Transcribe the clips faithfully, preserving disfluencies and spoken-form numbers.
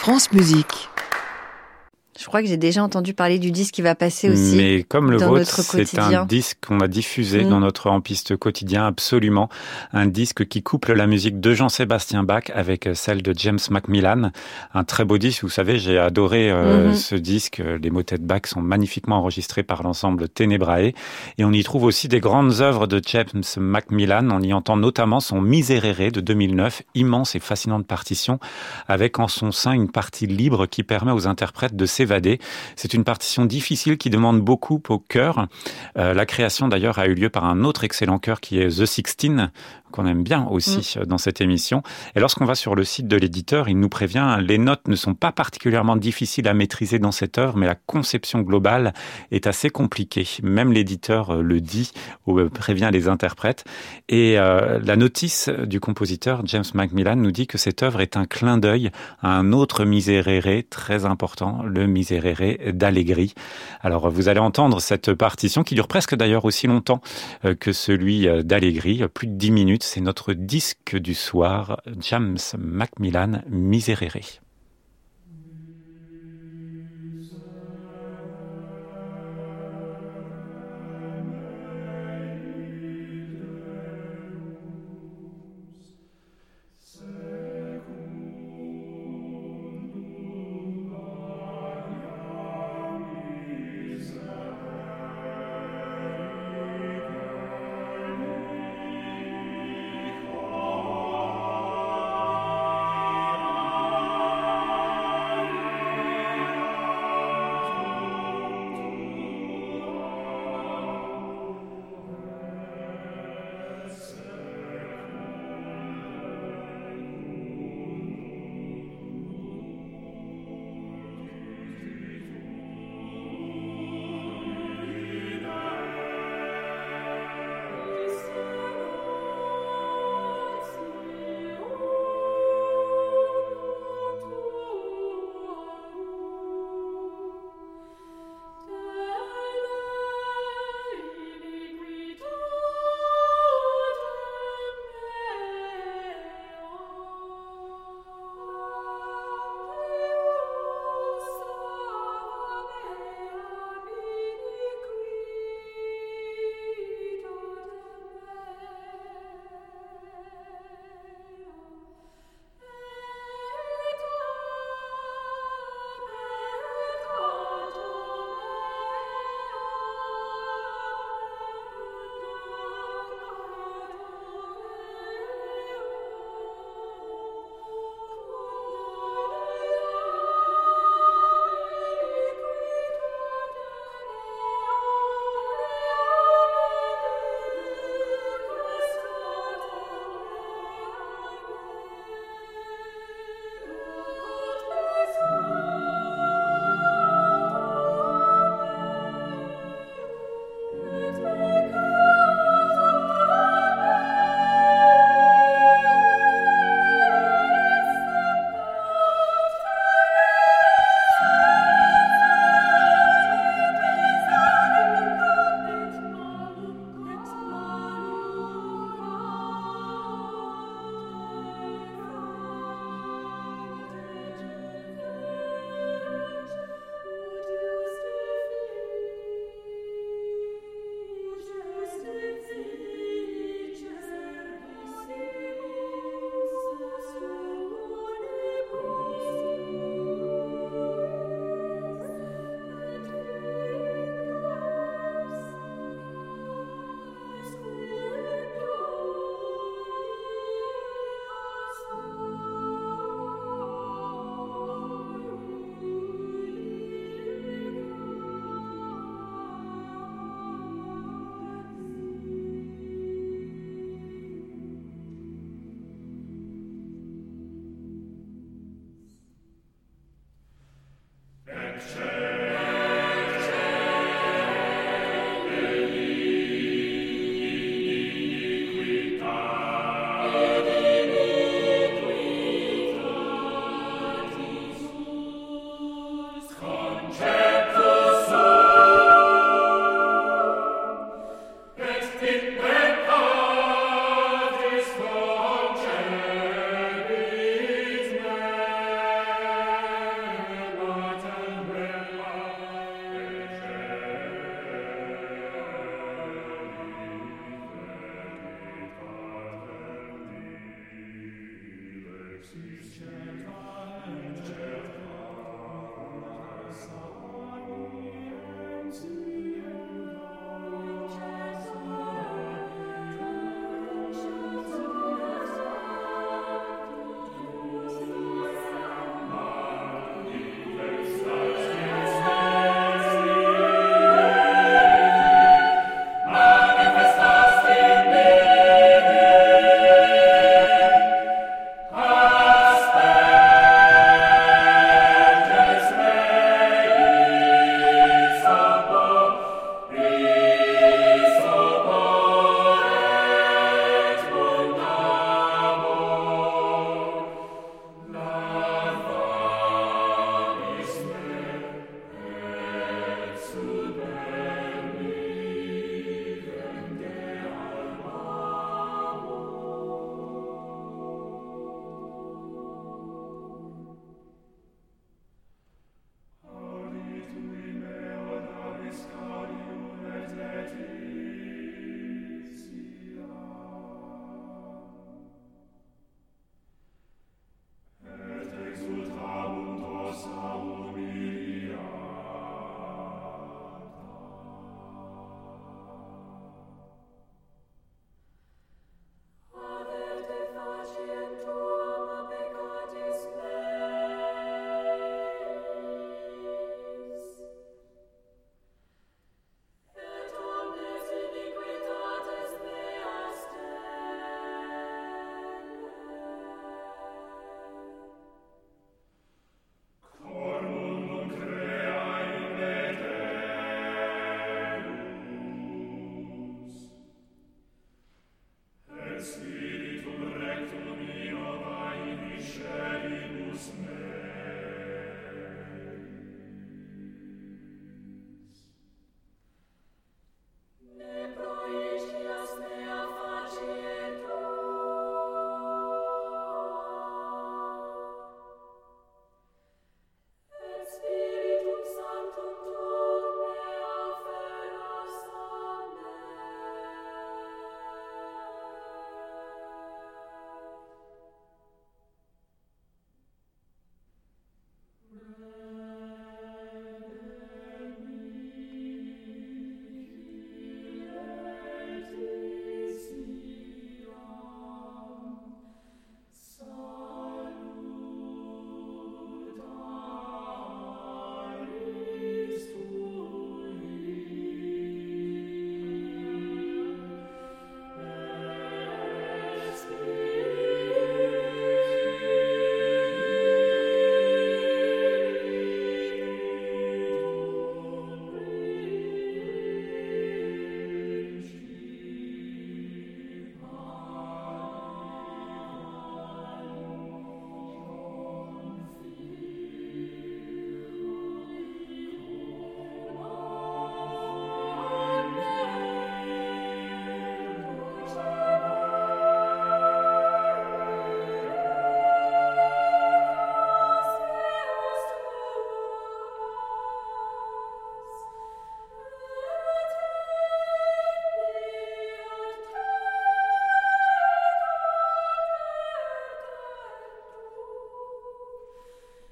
France Musique. Je crois que j'ai déjà entendu parler du disque qui va passer aussi. Mais comme le dans vôtre, notre c'est quotidien. un disque qu'on a diffusé Mmh. dans notre en-piste quotidien, absolument. Un disque qui couple la musique de Jean-Sébastien Bach avec celle de James Macmillan. Un très beau disque, vous savez, j'ai adoré euh, mmh. ce disque. Les motets de Bach sont magnifiquement enregistrés par l'ensemble Tenebrae. Et on y trouve aussi des grandes œuvres de James Macmillan. On y entend notamment son Miserere de deux mille neuf, immense et fascinante partition, avec en son sein une partie libre qui permet aux interprètes de s'évader. C'est une partition difficile qui demande beaucoup au chœur. Euh, la création d'ailleurs a eu lieu par un autre excellent chœur qui est The Sixteen, qu'on aime bien aussi mmh. dans cette émission. Et lorsqu'on va sur le site de l'éditeur, il nous prévient, les notes ne sont pas particulièrement difficiles à maîtriser dans cette œuvre, mais la conception globale est assez compliquée. Même l'éditeur le dit ou prévient les interprètes. Et euh, la notice du compositeur, James Macmillan, nous dit que cette œuvre est un clin d'œil à un autre Miserere très important, le Miserere d'Allegri. Alors vous allez entendre cette partition qui dure presque d'ailleurs aussi longtemps que celui d'Allegri, plus de dix minutes. C'est notre disque du soir, James Macmillan, Miserere.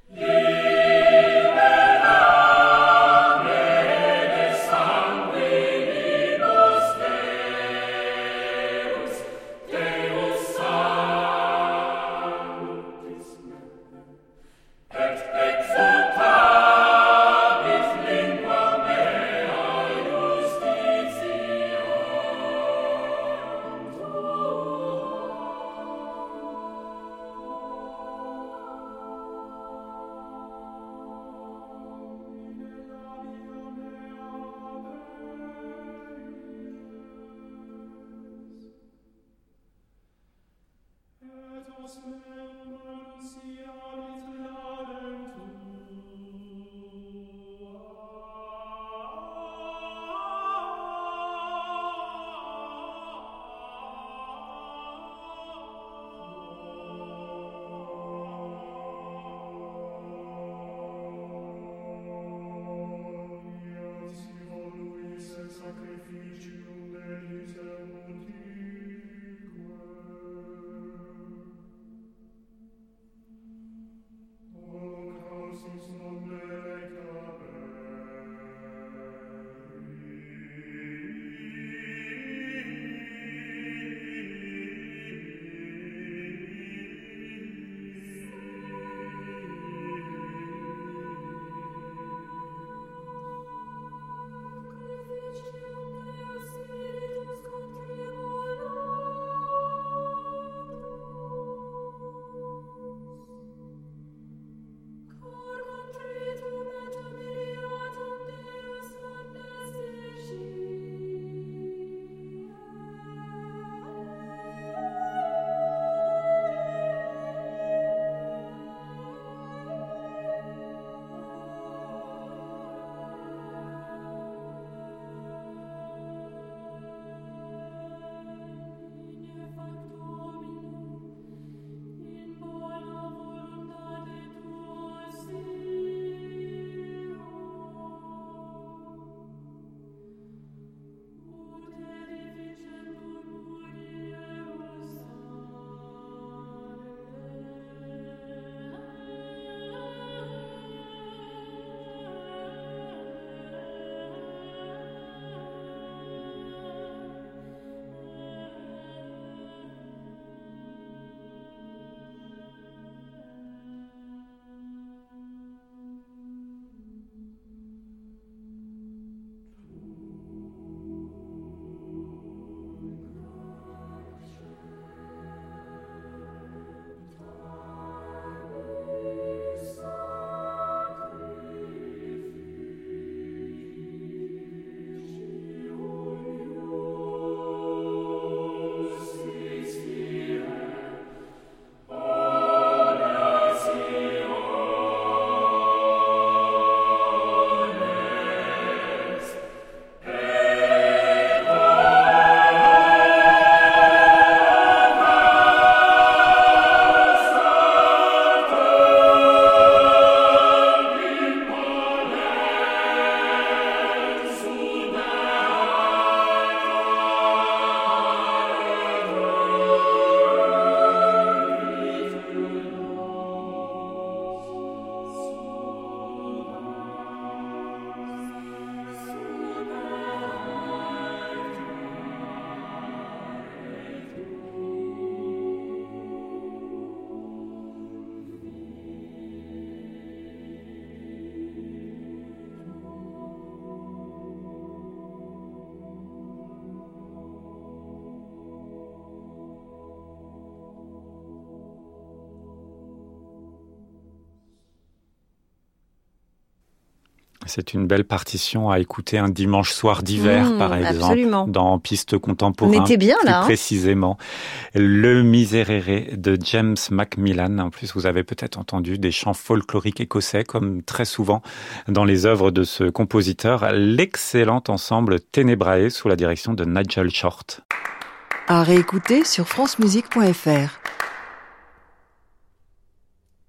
C'est une belle partition à écouter un dimanche soir d'hiver, mmh, par exemple, absolument. Dans Piste contemporain. On était bien plus là. Hein. Précisément. Le Miserere de James Macmillan. En plus, vous avez peut-être entendu des chants folkloriques écossais, comme très souvent dans les œuvres de ce compositeur. L'excellent ensemble Tenebrae sous la direction de Nigel Short. À réécouter sur francemusique point f r.